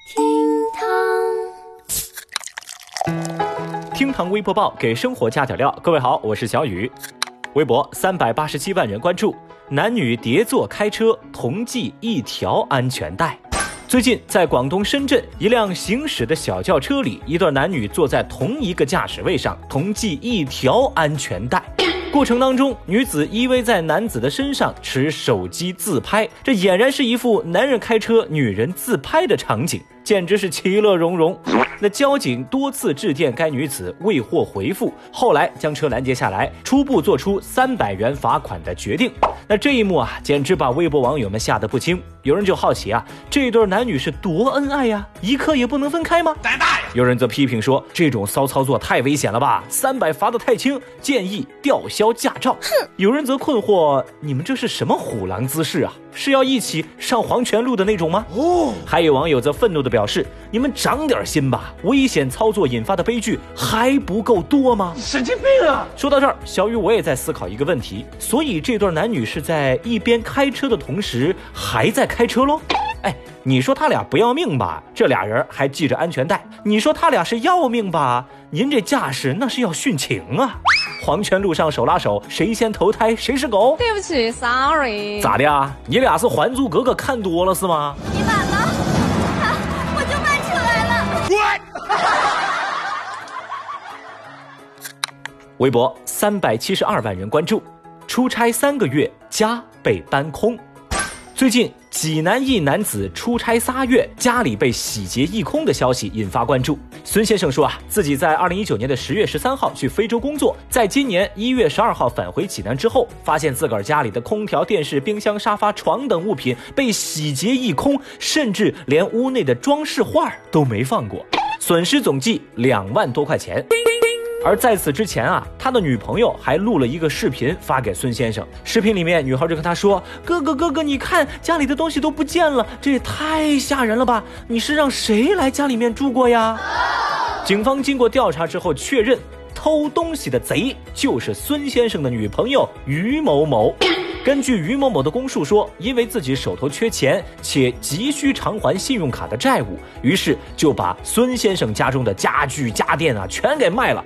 厅堂微博报给生活加点料。各位好，我是小雨。微博387万人关注，男女叠座开车同系一条安全带。最近在广东深圳，一辆行驶的小轿车里，一对男女坐在同一个驾驶位上，同系一条安全带。过程当中，女子依偎在男子的身上，持手机自拍，这俨然是一副男人开车女人自拍的场景，简直是其乐融融。那交警多次致电该女子未获回复，后来将车拦截下来，初步做出300元罚款的决定。那这一幕啊，简直把微博网友们吓得不轻。有人就好奇啊，这对男女是多恩爱呀，一刻也不能分开吗？胆大呀！有人则批评说，这种骚操作太危险了吧，300罚得太轻，建议吊销驾照。有人则困惑，你们这是什么虎狼姿势啊？是要一起上黄泉路的那种吗？还有网友则愤怒地表示，你们长点心吧，危险操作引发的悲剧还不够多吗？ 神经病啊！ 说到这儿，小雨我也在思考一个问题，所以这对男女是在一边开车的同时还在开车咯？你说他俩不要命吧，这俩人还系着安全带；你说他俩是要命吧，您这架势那是要殉情啊！黄泉路上手拉手，谁先投胎谁是狗？ 对不起 ，sorry。 咋的呀？你俩是《还珠格格》看多了是吗？ 你晚了，我就慢车来了。 微博372万人关注，出差3个月，家被搬空。最近济南一男子出差3月，家里被洗劫一空的消息引发关注。孙先生说自己在2019年的10月13号去非洲工作，在今年1月12号返回济南之后，发现自个儿家里的空调、电视、冰箱、沙发、床等物品被洗劫一空，甚至连屋内的装饰画都没放过，损失总计2万多块钱。而在此之前他的女朋友还录了一个视频发给孙先生，视频里面女孩就跟他说，哥哥你看家里的东西都不见了，这也太吓人了吧，你是让谁来家里面住过呀？警方经过调查之后确认，偷东西的贼就是孙先生的女朋友于某某。根据于某某的供述说，因为自己手头缺钱且急需偿还信用卡的债务，于是就把孙先生家中的家具家电全给卖了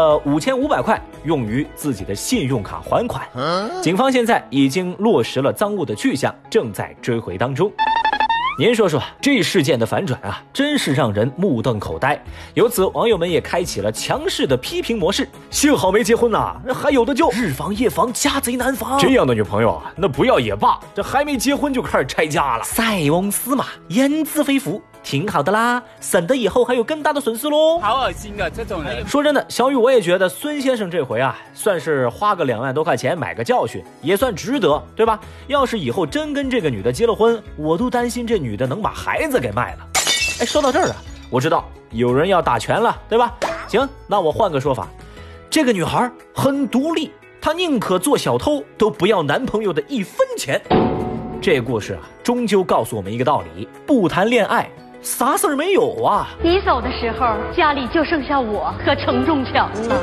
5500块，用于自己的信用卡还款。警方现在已经落实了赃物的去向，正在追回当中。您说说这事件的反转真是让人目瞪口呆。由此网友们也开启了强势的批评模式，幸好没结婚还有的救，日防夜防，家贼难防。这样的女朋友那不要也罢，这还没结婚就开始拆家了。塞翁失马焉知非福，挺好的啦，省得以后还有更大的损失咯。 好恶心啊，这种人。 说真的，小雨我也觉得孙先生这回算是花个2万多块钱买个教训，也算值得，对吧？要是以后真跟这个女的结了婚，我都担心这女的能把孩子给卖了。说到这儿我知道有人要打拳了，对吧？行，那我换个说法，这个女孩很独立，她宁可做小偷都不要男朋友的1分钱。这故事终究告诉我们一个道理，不谈恋爱啥事儿没有你走的时候家里就剩下我和承重墙了。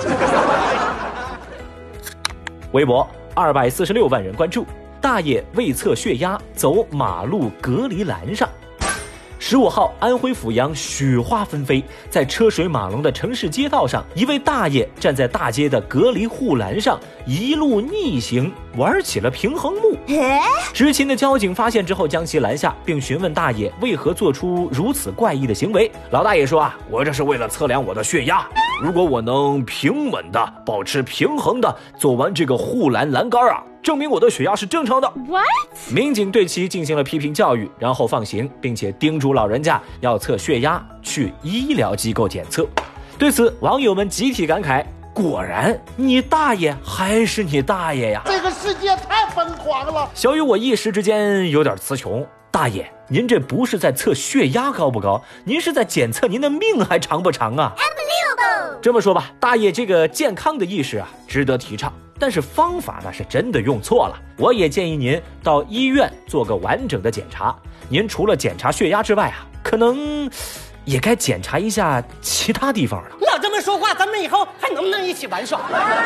微博246万人关注，大爷为测血压走马路隔离栏上。15号，安徽阜阳雪花纷飞，在车水马龙的城市街道上，一位大爷站在大街的隔离护栏上，一路逆行玩起了平衡木。执勤的交警发现之后将其拦下，并询问大爷为何做出如此怪异的行为。老大爷说我这是为了测量我的血压，如果我能平稳的保持平衡的走完这个护栏栏杆证明我的血压是正常的。 What？ 民警对其进行了批评教育，然后放行，并且叮嘱老人家要测血压，去医疗机构检测。对此，网友们集体感慨，果然你大爷还是你大爷呀， 这个世界太疯狂了。 小雨我一时之间有点词穷，大爷您这不是在测血压高不高，您是在检测您的命还长不长啊。这么说吧，大爷这个健康的意识值得提倡，但是方法那是真的用错了。我也建议您到医院做个完整的检查，您除了检查血压之外可能也该检查一下其他地方了。 老这么说话，咱们以后还能不能一起玩耍？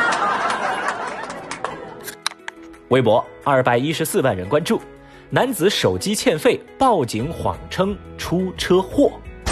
微博214万人关注，男子手机欠费报警谎称出车祸。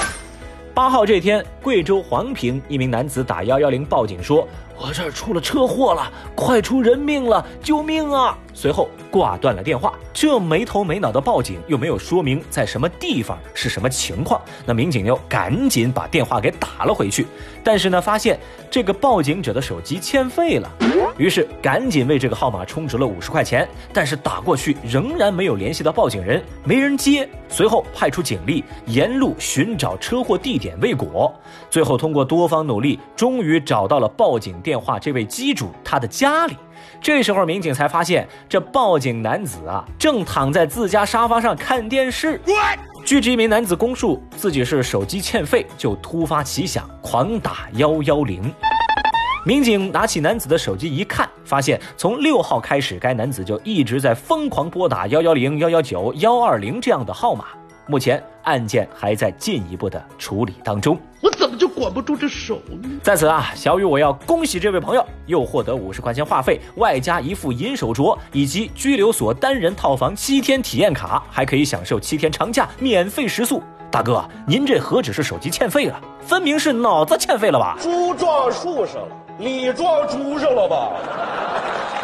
8号这天，贵州黄平一名男子打110报警说：“我这儿出了车祸了，快出人命了，救命啊！”随后挂断了电话。这没头没脑的报警又没有说明在什么地方是什么情况，那民警又赶紧把电话给打了回去。但是呢，发现这个报警者的手机欠费了，于是赶紧为这个号码充值了50块钱，但是打过去仍然没有联系到报警人，没人接。随后派出警力沿路寻找车祸地点未果，最后通过多方努力，终于找到了报警电话这位机主他的家里。这时候民警才发现，这报警男子啊正躺在自家沙发上看电视。据这名男子供述，自己是手机欠费，就突发奇想狂打110。民警拿起男子的手机一看，发现从6号开始，该男子就一直在疯狂拨打110、119、120这样的号码。目前案件还在进一步的处理当中。 我怎么就管不住这手呢？ 在此啊，小雨我要恭喜这位朋友，又获得50块钱话费，外加一副银手镯，以及拘留所单人套房7天体验卡，还可以享受7天长假免费食宿。大哥，您这何止是手机欠费了，分明是脑子欠费了吧？ 猪撞树上了，你撞猪上了吧？